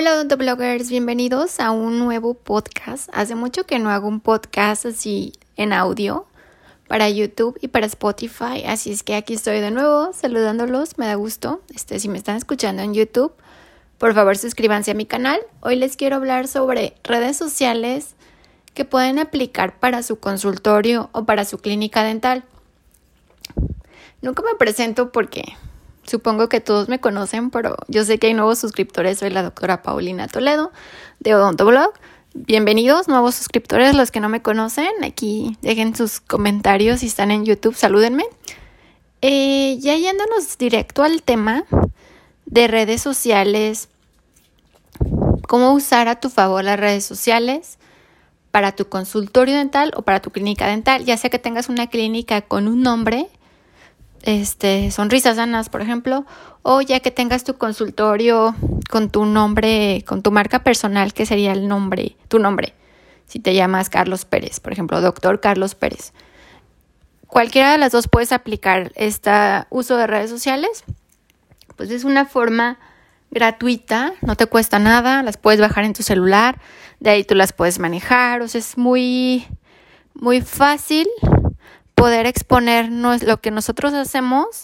Hola odontobloggers, bienvenidos a un nuevo podcast. Hace mucho que no hago un podcast así en audio para YouTube y para Spotify, así es que aquí estoy de nuevo saludándolos, me da gusto. Si me están escuchando en YouTube, por favor suscríbanse a mi canal. Hoy les quiero hablar sobre redes sociales que pueden aplicar para su consultorio o para su clínica dental. Nunca me presento porque supongo que todos me conocen, pero yo sé que hay nuevos suscriptores. Soy la doctora Paulina Toledo de Odontoblog. Bienvenidos, nuevos suscriptores, los que no me conocen. Aquí dejen sus comentarios si están en YouTube, salúdenme. Ya yéndonos directo al tema de redes sociales, cómo usar a tu favor las redes sociales para tu consultorio dental o para tu clínica dental, ya sea que tengas una clínica con un nombre, Sonrisas Sanas, por ejemplo, o ya que tengas tu consultorio con tu nombre, con tu marca personal, que sería tu nombre. Si te llamas Carlos Pérez, por ejemplo, doctor Carlos Pérez. Cualquiera de las dos puedes aplicar este uso de redes sociales. Pues es una forma gratuita, no te cuesta nada, las puedes bajar en tu celular, de ahí tú las puedes manejar, o sea, es muy, muy fácil poder exponernos lo que nosotros hacemos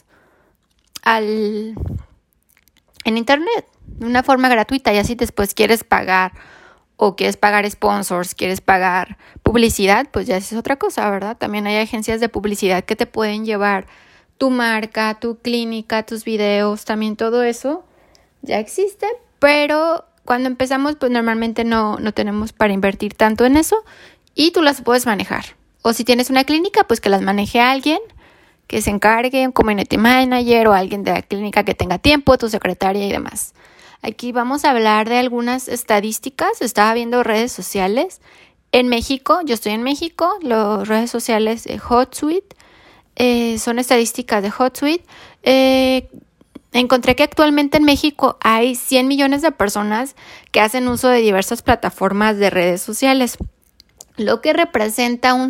en internet de una forma gratuita. Y así después quieres pagar o quieres pagar sponsors, quieres pagar publicidad, pues ya es otra cosa, ¿verdad? También hay agencias de publicidad que te pueden llevar tu marca, tu clínica, tus videos, también todo eso ya existe, pero cuando empezamos pues normalmente no tenemos para invertir tanto en eso y tú las puedes manejar. O si tienes una clínica, pues que las maneje alguien que se encargue, un community manager o alguien de la clínica que tenga tiempo, tu secretaria y demás. Aquí vamos a hablar de algunas estadísticas. Estaba viendo redes sociales en México. Yo estoy en México. Las redes sociales de HotSuite son estadísticas de HotSuite. Encontré que actualmente en México hay 100 millones de personas que hacen uso de diversas plataformas de redes sociales, lo que representa un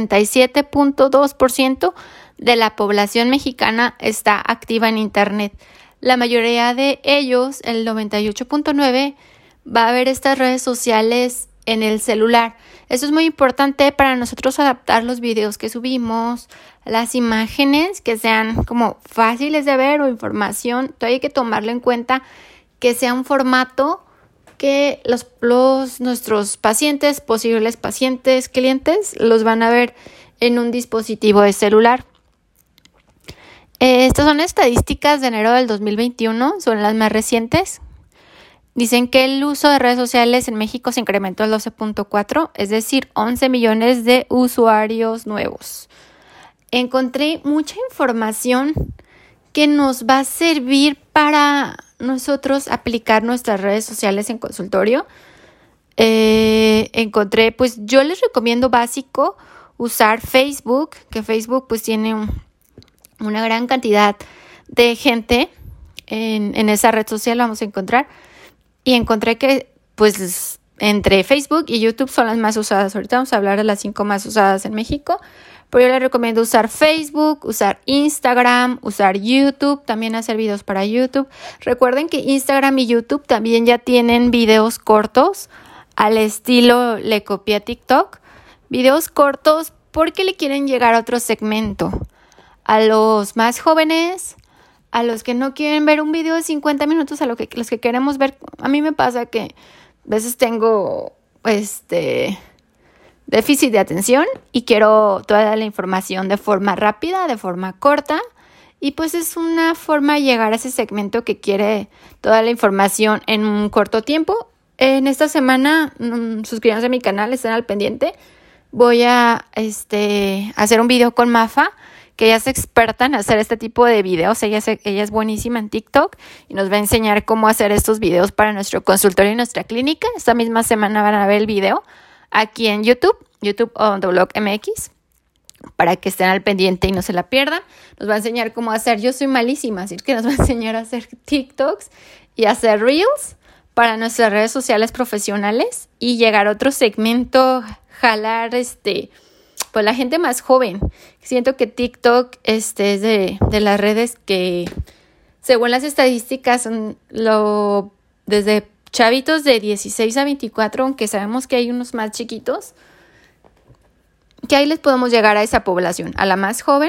77.2% de la población mexicana está activa en Internet. La mayoría de ellos, el 98.9%, va a ver estas redes sociales en el celular. Eso es muy importante para nosotros adaptar los videos que subimos, las imágenes que sean como fáciles de ver o información. Todo hay que tomarlo en cuenta, que sea un formato que nuestros pacientes, posibles pacientes, clientes, los van a ver en un dispositivo de celular. Estas son estadísticas de enero del 2021, son las más recientes. Dicen que el uso de redes sociales en México se incrementó al 12.4%, es decir, 11 millones de usuarios nuevos. Encontré mucha información que nos va a servir para nosotros aplicar nuestras redes sociales en consultorio. Encontré, pues yo les recomiendo básico usar Facebook, que Facebook pues tiene una gran cantidad de gente en esa red social, vamos a encontrar. Y encontré que pues entre Facebook y YouTube son las más usadas. Ahorita vamos a hablar de las 5 más usadas en México. Pero yo les recomiendo usar Facebook, usar Instagram, usar YouTube, también hacer videos para YouTube. Recuerden que Instagram y YouTube también ya tienen videos cortos al estilo le copié a TikTok. Videos cortos porque le quieren llegar a otro segmento. A los más jóvenes, a los que no quieren ver un video de 50 minutos, a los que queremos ver. A mí me pasa que a veces tengo déficit de atención y quiero toda la información de forma rápida, de forma corta, y pues es una forma de llegar a ese segmento que quiere toda la información en un corto tiempo. En esta semana, suscríbanse a mi canal, estén al pendiente. Voy a hacer un video con Mafa, que ella es experta en hacer este tipo de videos. Ella es buenísima en TikTok y nos va a enseñar cómo hacer estos videos para nuestro consultorio y nuestra clínica. Esta misma semana van a ver el video aquí en YouTube Odontoblog MX, para que estén al pendiente y no se la pierdan. Nos va a enseñar cómo hacer, yo soy malísima, así que nos va a enseñar a hacer TikToks y hacer Reels para nuestras redes sociales profesionales y llegar a otro segmento, jalar pues la gente más joven. Siento que TikTok es de las redes que, según las estadísticas, desde chavitos de 16 a 24, aunque sabemos que hay unos más chiquitos, que ahí les podemos llegar a esa población, a la más joven.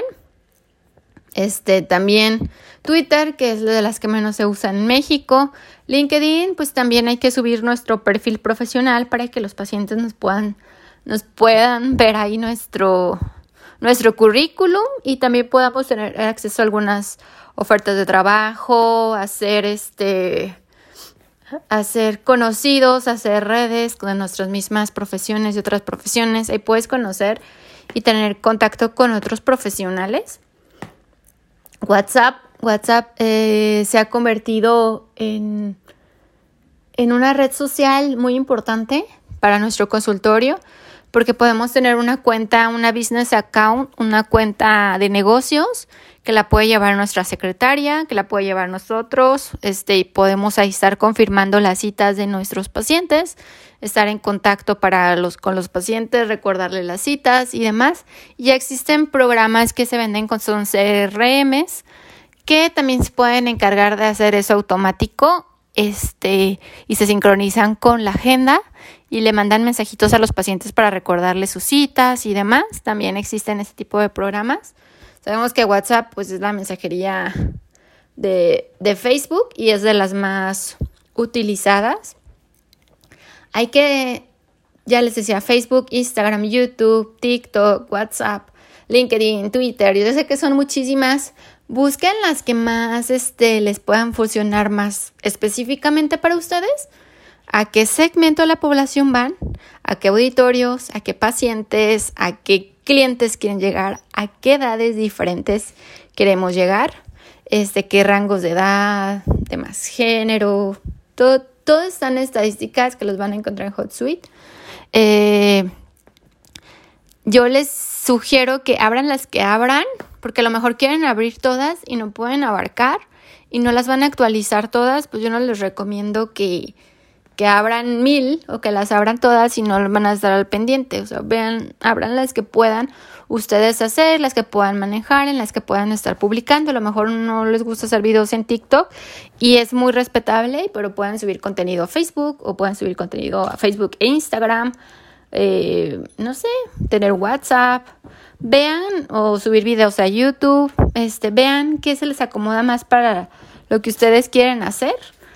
También Twitter, que es de las que menos se usa en México. LinkedIn, pues también hay que subir nuestro perfil profesional para que los pacientes nos puedan ver ahí nuestro currículum y también podamos tener acceso a algunas ofertas de trabajo, hacer conocidos, hacer redes con nuestras mismas profesiones y otras profesiones. Ahí puedes conocer y tener contacto con otros profesionales. WhatsApp se ha convertido en una red social muy importante para nuestro consultorio, porque podemos tener una cuenta, una business account, una cuenta de negocios que la puede llevar nuestra secretaria, que la puede llevar nosotros, y podemos ahí estar confirmando las citas de nuestros pacientes, estar en contacto con los pacientes, recordarles las citas y demás. Y ya existen programas que se venden con son CRMs que también se pueden encargar de hacer eso automático, y se sincronizan con la agenda y le mandan mensajitos a los pacientes para recordarles sus citas y demás. También existen ese tipo de programas. Sabemos que WhatsApp pues es la mensajería de Facebook y es de las más utilizadas. Ya les decía, Facebook, Instagram, YouTube, TikTok, WhatsApp, LinkedIn, Twitter. Yo sé que son muchísimas. Busquen las que más les puedan funcionar más específicamente para ustedes. ¿A qué segmento de la población van? ¿A qué auditorios? ¿A qué pacientes? ¿A qué clientes quieren llegar? ¿A qué edades diferentes queremos llegar? ¿Qué rangos de edad? ¿Temas género? Todo están estadísticas que los van a encontrar en HotSuite. Yo les sugiero que abran las que abran, porque a lo mejor quieren abrir todas y no pueden abarcar y no las van a actualizar todas. Pues yo no les recomiendo que abran 1000 o que las abran todas y no van a estar al pendiente. O sea, abran las que puedan ustedes hacer, las que puedan manejar, en las que puedan estar publicando. A lo mejor no les gusta hacer videos en TikTok y es muy respetable, pero pueden subir contenido a Facebook o pueden subir contenido a Facebook e Instagram. Tener WhatsApp, vean, o subir videos a YouTube, vean qué se les acomoda más para lo que ustedes quieren hacer.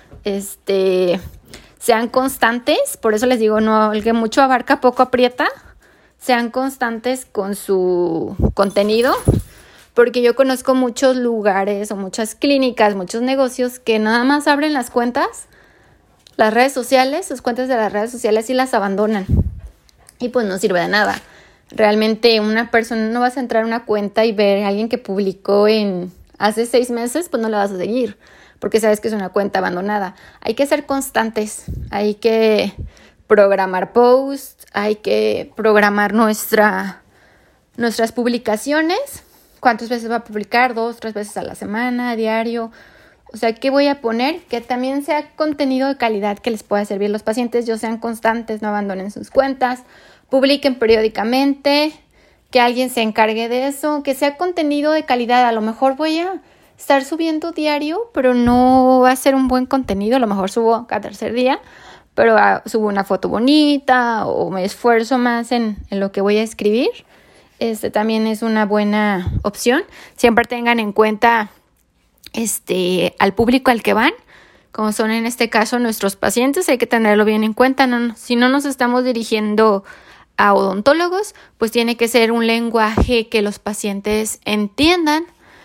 Sean constantes, por eso les digo, no, el que mucho abarca poco aprieta. Sean constantes con su contenido, porque yo conozco muchos lugares o muchas clínicas, muchos negocios que nada más abren las cuentas, las redes sociales, sus cuentas de las redes sociales y las abandonan. Y pues no sirve de nada. Realmente una persona, no vas a entrar a una cuenta y ver a alguien que publicó hace 6 meses, pues no la vas a seguir, porque sabes que es una cuenta abandonada. Hay que ser constantes, hay que programar posts, hay que programar nuestras publicaciones. ¿Cuántas veces va a publicar? 2, 3 veces a la semana, diario. O sea, ¿qué voy a poner? Que también sea contenido de calidad que les pueda servir a los pacientes. Sean constantes, no abandonen sus cuentas, publiquen periódicamente, que alguien se encargue de eso, que sea contenido de calidad. A lo mejor voy a estar subiendo diario, pero no va a ser un buen contenido. A lo mejor subo cada tercer día, pero subo una foto bonita o me esfuerzo más en lo que voy a escribir. También es una buena opción. Siempre tengan en cuenta al público al que van, como son en este caso nuestros pacientes. Hay que tenerlo bien en cuenta. Si no nos estamos dirigiendo a odontólogos, pues tiene que ser un lenguaje que los pacientes entiendan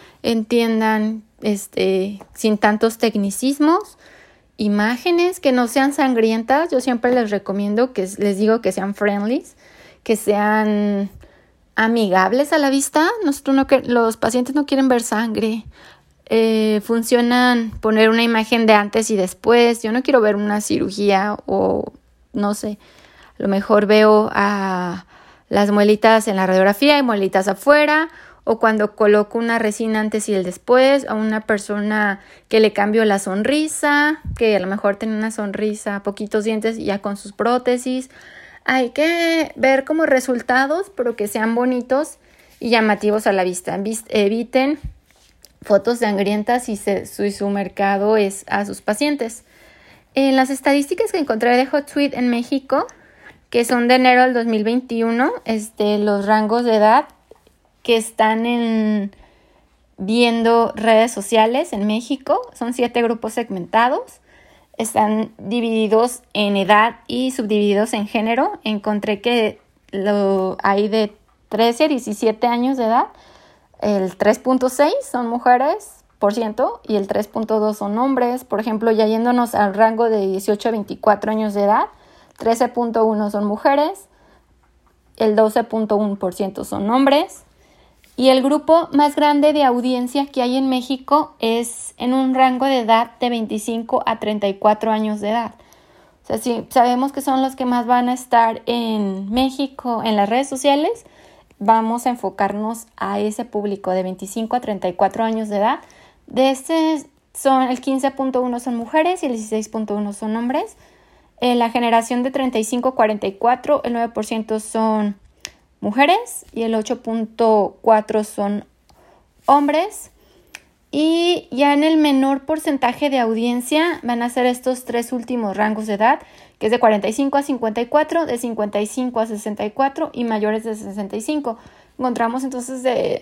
sin tantos tecnicismos, imágenes que no sean sangrientas. Yo siempre les recomiendo les digo que sean friendly, que sean amigables a la vista. Los pacientes no quieren ver sangre. Funcionan poner una imagen de antes y después. Yo no quiero ver una cirugía o no sé, a lo mejor veo a las muelitas en la radiografía y muelitas afuera, o cuando coloco una resina antes y el después, a una persona que le cambio la sonrisa, que a lo mejor tiene una sonrisa, poquitos dientes y ya con sus prótesis. Hay que ver como resultados, pero que sean bonitos y llamativos a la vista. Eviten fotos sangrientas si su mercado es a sus pacientes. En las estadísticas que encontré de HotSuite en México, que son de enero del 2021, los rangos de edad que están viendo redes sociales en México, son 7 grupos segmentados, están divididos en edad y subdivididos en género. Encontré que hay de 13 a 17 años de edad, el 3.6 son mujeres por ciento y el 3.2 son hombres. Por ejemplo, ya yéndonos al rango de 18 a 24 años de edad, 13.1 son mujeres, el 12.1% son hombres. Y el grupo más grande de audiencia que hay en México es en un rango de edad de 25 a 34 años de edad. O sea, si sabemos que son los que más van a estar en México en las redes sociales, vamos a enfocarnos a ese público de 25 a 34 años de edad. De el 15.1 son mujeres y el 16.1 son hombres. La generación de 35 a 44, el 9% son mujeres y el 8.4 son hombres. Y ya en el menor porcentaje de audiencia van a ser estos 3 últimos rangos de edad, que es de 45 a 54, de 55 a 64 y mayores de 65. Encontramos entonces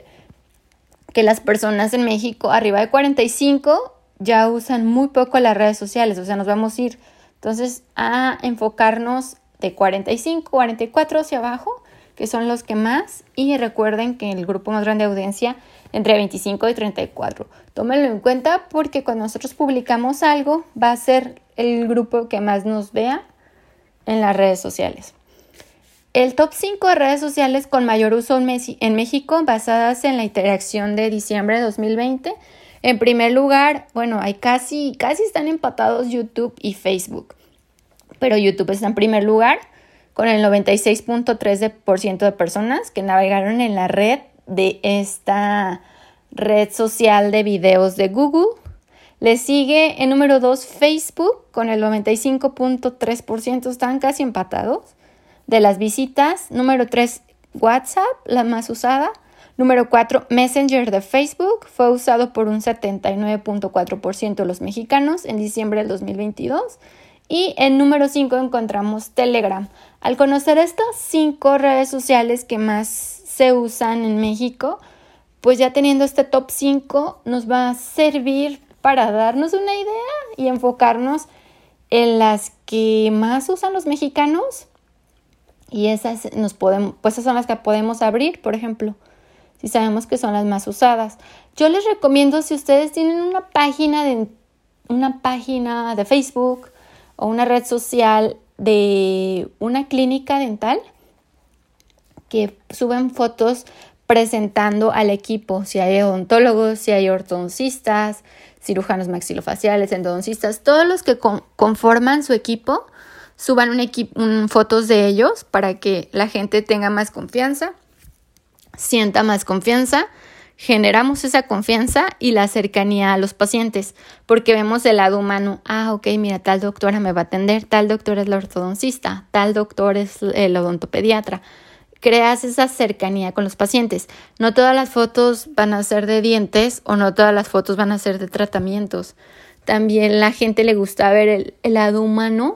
que las personas en México arriba de 45 ya usan muy poco las redes sociales, o sea, nos vamos a ir entonces a enfocarnos de 45, 44 hacia abajo, que son los que más, y recuerden que el grupo más grande de audiencia entre 25 y 34. Tómenlo en cuenta porque cuando nosotros publicamos algo va a ser el grupo que más nos vea en las redes sociales. El top 5 de redes sociales con mayor uso en México basadas en la interacción de diciembre de 2020. En primer lugar, bueno, hay casi están empatados YouTube y Facebook, pero YouTube está en primer lugar con el 96.3% de personas que navegaron en la red de esta red social de videos de Google. Le sigue en número 2 Facebook con el 95.3%, están casi empatados de las visitas. Número 3 WhatsApp, la más usada. Número 4 Messenger de Facebook, fue usado por un 79.4% de los mexicanos en diciembre del 2022. Y en número 5 encontramos Telegram. Al conocer estas 5 redes sociales que más se usan en México, pues ya teniendo este top 5 nos va a servir para darnos una idea y enfocarnos en las que más usan los mexicanos, y esas esas son las que podemos abrir, por ejemplo, si sabemos que son las más usadas. Yo les recomiendo, si ustedes tienen una página de Facebook o una red social de una clínica dental, que suben fotos presentando al equipo, si hay odontólogos, si hay ortodoncistas, cirujanos maxilofaciales, endodoncistas, todos los que conforman su equipo, suban fotos de ellos para que la gente tenga más confianza, sienta más confianza, generamos esa confianza y la cercanía a los pacientes, porque vemos el lado humano. Ok, mira, tal doctora me va a atender, tal doctor es la ortodoncista, tal doctor es el odontopediatra. Creas esa cercanía con los pacientes. No todas las fotos van a ser de dientes o no todas las fotos van a ser de tratamientos. También la gente le gusta ver el lado humano,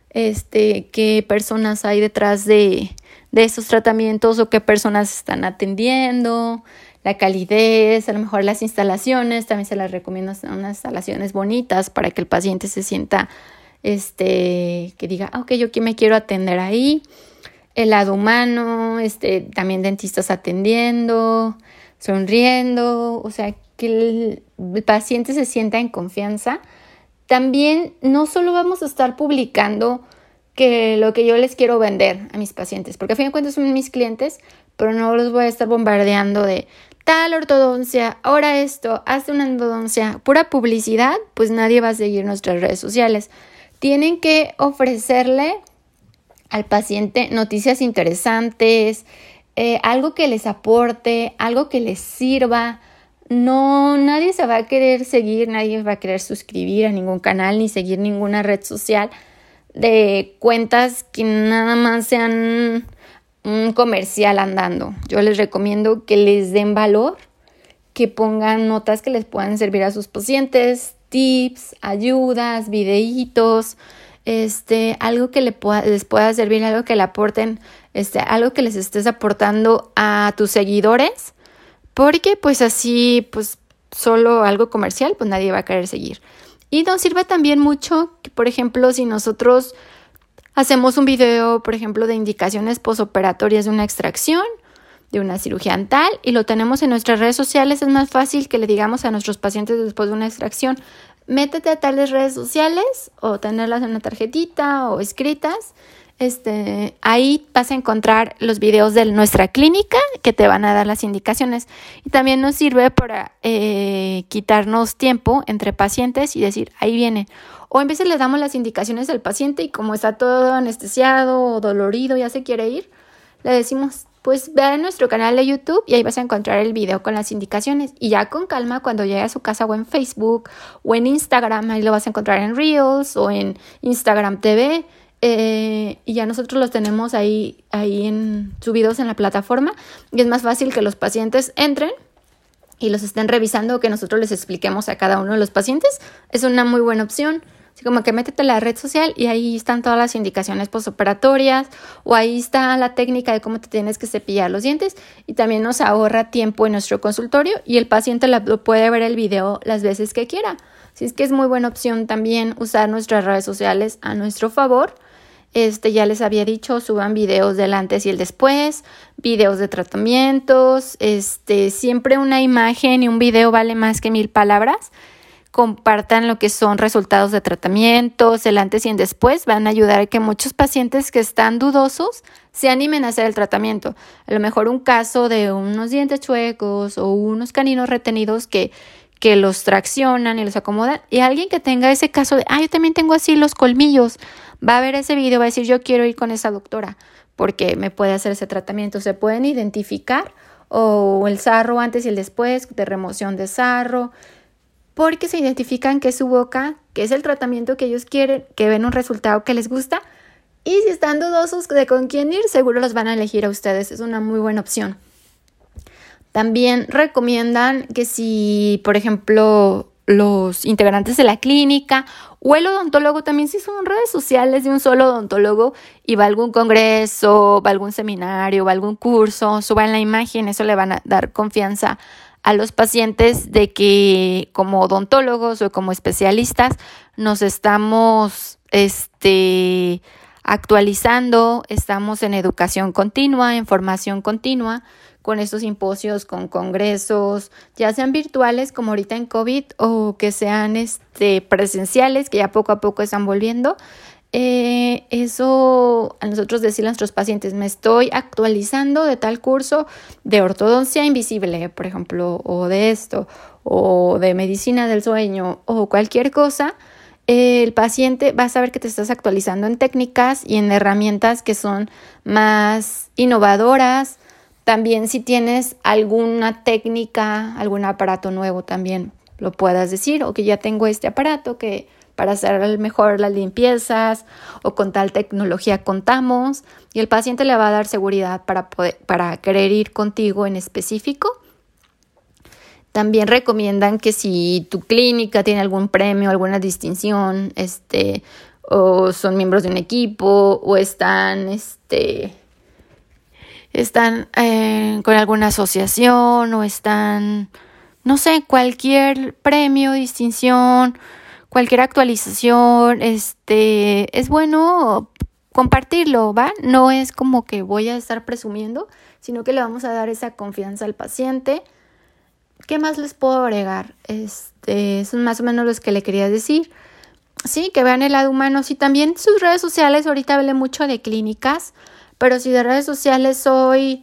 qué personas hay detrás de esos tratamientos o qué personas están atendiendo, la calidez, a lo mejor las instalaciones. También se las recomiendo unas instalaciones bonitas para que el paciente se sienta, que diga, ok, yo aquí me quiero atender ahí. El lado humano, también dentistas atendiendo, sonriendo, o sea, que el paciente se sienta en confianza. También no solo vamos a estar publicando que lo que yo les quiero vender a mis pacientes, porque a fin de cuentas son mis clientes, pero no los voy a estar bombardeando de tal ortodoncia, ahora esto, hazte una endodoncia, pura publicidad, pues nadie va a seguir nuestras redes sociales. Tienen que ofrecerle al paciente noticias interesantes, algo que les aporte, algo que les sirva. No, nadie se va a querer seguir, nadie va a querer suscribir a ningún canal ni seguir ninguna red social de cuentas que nada más sean un comercial andando. Yo les recomiendo que les den valor, que pongan notas que les puedan servir a sus pacientes, tips, ayudas, videitos, algo que les pueda servir, algo que le aporten, algo que les estés aportando a tus seguidores, porque pues así, pues solo algo comercial, pues nadie va a querer seguir. Y nos sirve también mucho que, por ejemplo, si nosotros hacemos un video, por ejemplo, de indicaciones posoperatorias de una extracción, de una cirugía dental, y lo tenemos en nuestras redes sociales, es más fácil que le digamos a nuestros pacientes después de una extracción: métete a tales redes sociales, o tenerlas en una tarjetita o escritas. Ahí vas a encontrar los videos de nuestra clínica que te van a dar las indicaciones, y también nos sirve para quitarnos tiempo entre pacientes y decir, ahí viene. O en veces le damos las indicaciones al paciente y como está todo anestesiado o dolorido, ya se quiere ir, le decimos, pues ve a nuestro canal de YouTube y ahí vas a encontrar el video con las indicaciones, y ya con calma cuando llegue a su casa, o en Facebook o en Instagram, ahí lo vas a encontrar en Reels o en Instagram TV. Y ya nosotros los tenemos ahí subidos en la plataforma, y es más fácil que los pacientes entren y los estén revisando, que nosotros les expliquemos a cada uno de los pacientes. Es una muy buena opción. Así como que métete a la red social y ahí están todas las indicaciones postoperatorias, o ahí está la técnica de cómo te tienes que cepillar los dientes, y también nos ahorra tiempo en nuestro consultorio, y el paciente puede ver el video las veces que quiera. Así es que es muy buena opción también usar nuestras redes sociales a nuestro favor. Ya les había dicho, suban videos del antes y el después, videos de tratamientos, siempre una imagen y un video vale más que 1000 palabras. Compartan lo que son resultados de tratamientos, el antes y el después, van a ayudar a que muchos pacientes que están dudosos se animen a hacer el tratamiento. A lo mejor un caso de unos dientes chuecos o unos caninos retenidos que los traccionan y los acomodan, y alguien que tenga ese caso de, yo también tengo así los colmillos, va a ver ese video, va a decir, yo quiero ir con esa doctora porque me puede hacer ese tratamiento. Se pueden identificar, o el sarro antes y el después de remoción de sarro, porque se identifican que es su boca, que es el tratamiento que ellos quieren, que ven un resultado que les gusta, y si están dudosos de con quién ir, seguro los van a elegir a ustedes. Es una muy buena opción. También recomiendan que si, por ejemplo, los integrantes de la clínica o el odontólogo, también si son redes sociales de un solo odontólogo y va a algún congreso, va a algún seminario, va a algún curso, suban la imagen, eso le van a dar confianza a los pacientes de que como odontólogos o como especialistas nos estamos actualizando, estamos en educación continua, en formación continua, con estos simposios, con congresos, ya sean virtuales como ahorita en COVID, o que sean presenciales, que ya poco a poco están volviendo. Eso a nosotros decirle a nuestros pacientes, me estoy actualizando de tal curso de ortodoncia invisible, por ejemplo, o de esto, o de medicina del sueño, o cualquier cosa. El paciente va a saber que te estás actualizando en técnicas y en herramientas que son más innovadoras. También si tienes alguna técnica, algún aparato nuevo, también lo puedas decir, o que ya tengo este aparato que para hacer mejor las limpiezas, o con tal tecnología contamos, y el paciente le va a dar seguridad para querer ir contigo en específico. También recomiendan que si tu clínica tiene algún premio, alguna distinción, o son miembros de un equipo, o están con alguna asociación, o están, no sé, cualquier premio, distinción, cualquier actualización, es bueno compartirlo, ¿va? No es como que voy a estar presumiendo, sino que le vamos a dar esa confianza al paciente. ¿Qué más les puedo agregar? Son más o menos los que le quería decir. Sí, que vean el lado humano. Sí, también sus redes sociales, ahorita hablé mucho de clínicas, pero si de redes sociales soy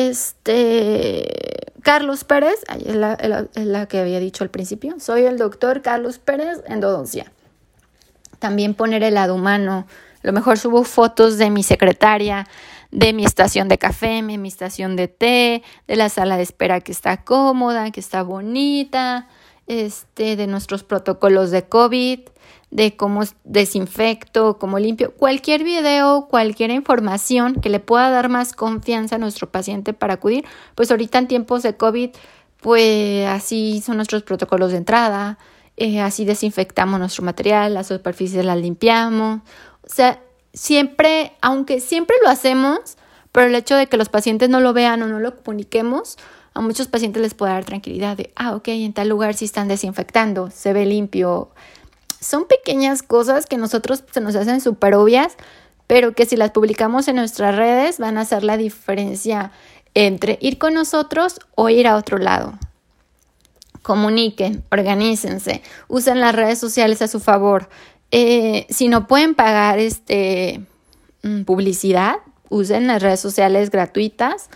Carlos Pérez, es la que había dicho al principio, soy el doctor Carlos Pérez Endodoncia. También poner el lado humano. A lo mejor subo fotos de mi secretaria, de mi estación de café, de mi estación de té, de la sala de espera que está cómoda, que está bonita, de nuestros protocolos de COVID, de cómo desinfecto, cómo limpio. Cualquier video, cualquier información que le pueda dar más confianza a nuestro paciente para acudir. Pues ahorita en tiempos de COVID, pues así son nuestros protocolos de entrada. así desinfectamos nuestro material, las superficies las limpiamos. O sea, siempre, aunque siempre lo hacemos, pero el hecho de que los pacientes no lo vean o no lo comuniquemos, a muchos pacientes les puede dar tranquilidad de, ok, en tal lugar sí están desinfectando, se ve limpio. Son pequeñas cosas que nosotros se nos hacen súper obvias, pero que si las publicamos en nuestras redes van a hacer la diferencia entre ir con nosotros o ir a otro lado. Comuniquen, organícense, usen las redes sociales a su favor. Si no pueden pagar publicidad, usen las redes sociales gratuitas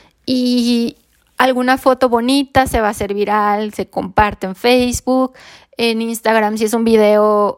y alguna foto bonita se va a hacer viral, se comparte en Facebook, en Instagram si es un video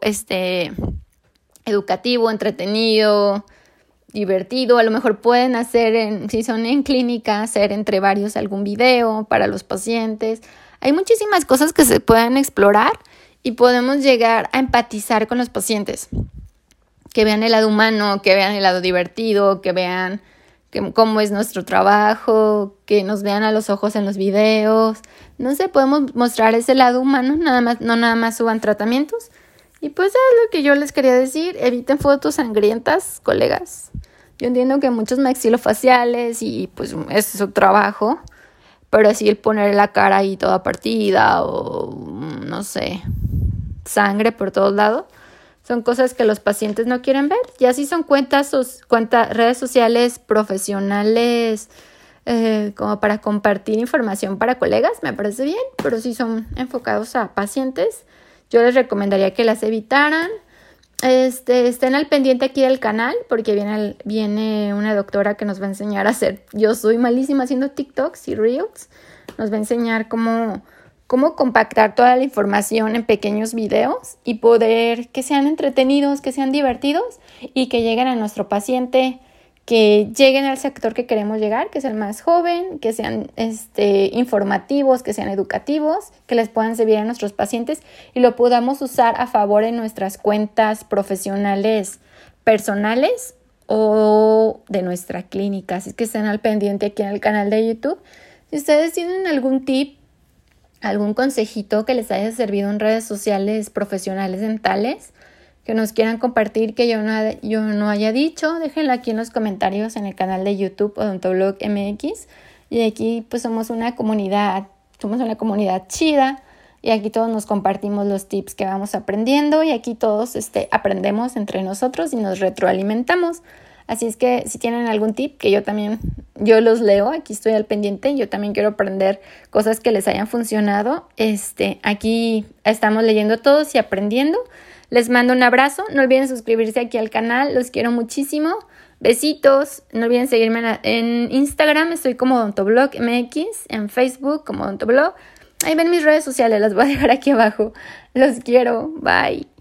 educativo, entretenido, divertido. A lo mejor pueden hacer, si son en clínica, hacer entre varios algún video para los pacientes. Hay muchísimas cosas que se pueden explorar y podemos llegar a empatizar con los pacientes. Que vean el lado humano, que vean el lado divertido, que vean cómo es nuestro trabajo, que nos vean a los ojos en los videos. No sé, podemos mostrar ese lado humano, no nada más suban tratamientos. Y pues es lo que yo les quería decir, eviten fotos sangrientas, colegas. Yo entiendo que muchos maxilofaciales y pues es su trabajo, pero así el poner la cara ahí toda partida o no sé, sangre por todos lados, son cosas que los pacientes no quieren ver. Ya si son redes sociales profesionales como para compartir información para colegas, me parece bien, pero si son enfocados a pacientes, yo les recomendaría que las evitaran. Estén al pendiente aquí del canal porque viene una doctora que nos va a enseñar a hacer. Yo soy malísima haciendo TikToks y Reels. Nos va a enseñar cómo compactar toda la información en pequeños videos y poder que sean entretenidos, que sean divertidos y que lleguen a nuestro paciente, que lleguen al sector que queremos llegar, que es el más joven, que sean informativos, que sean educativos, que les puedan servir a nuestros pacientes y lo podamos usar a favor en nuestras cuentas profesionales personales o de nuestra clínica. Así que estén al pendiente aquí en el canal de YouTube. Si ustedes tienen algún tip, algún consejito que les haya servido en redes sociales profesionales dentales, que nos quieran compartir que yo no haya dicho, déjenlo aquí en los comentarios en el canal de YouTube Odontoblog MX. Y aquí pues somos una comunidad chida y aquí todos nos compartimos los tips que vamos aprendiendo y aquí todos aprendemos entre nosotros y nos retroalimentamos. Así es que si tienen algún tip, que yo los leo, aquí estoy al pendiente, yo también quiero aprender cosas que les hayan funcionado. Aquí estamos leyendo todos y aprendiendo. Les mando un abrazo, no olviden suscribirse aquí al canal, los quiero muchísimo. Besitos, no olviden seguirme en Instagram, estoy como Odontoblog MX, en Facebook como Odontoblog. Ahí ven mis redes sociales, las voy a dejar aquí abajo. Los quiero, bye.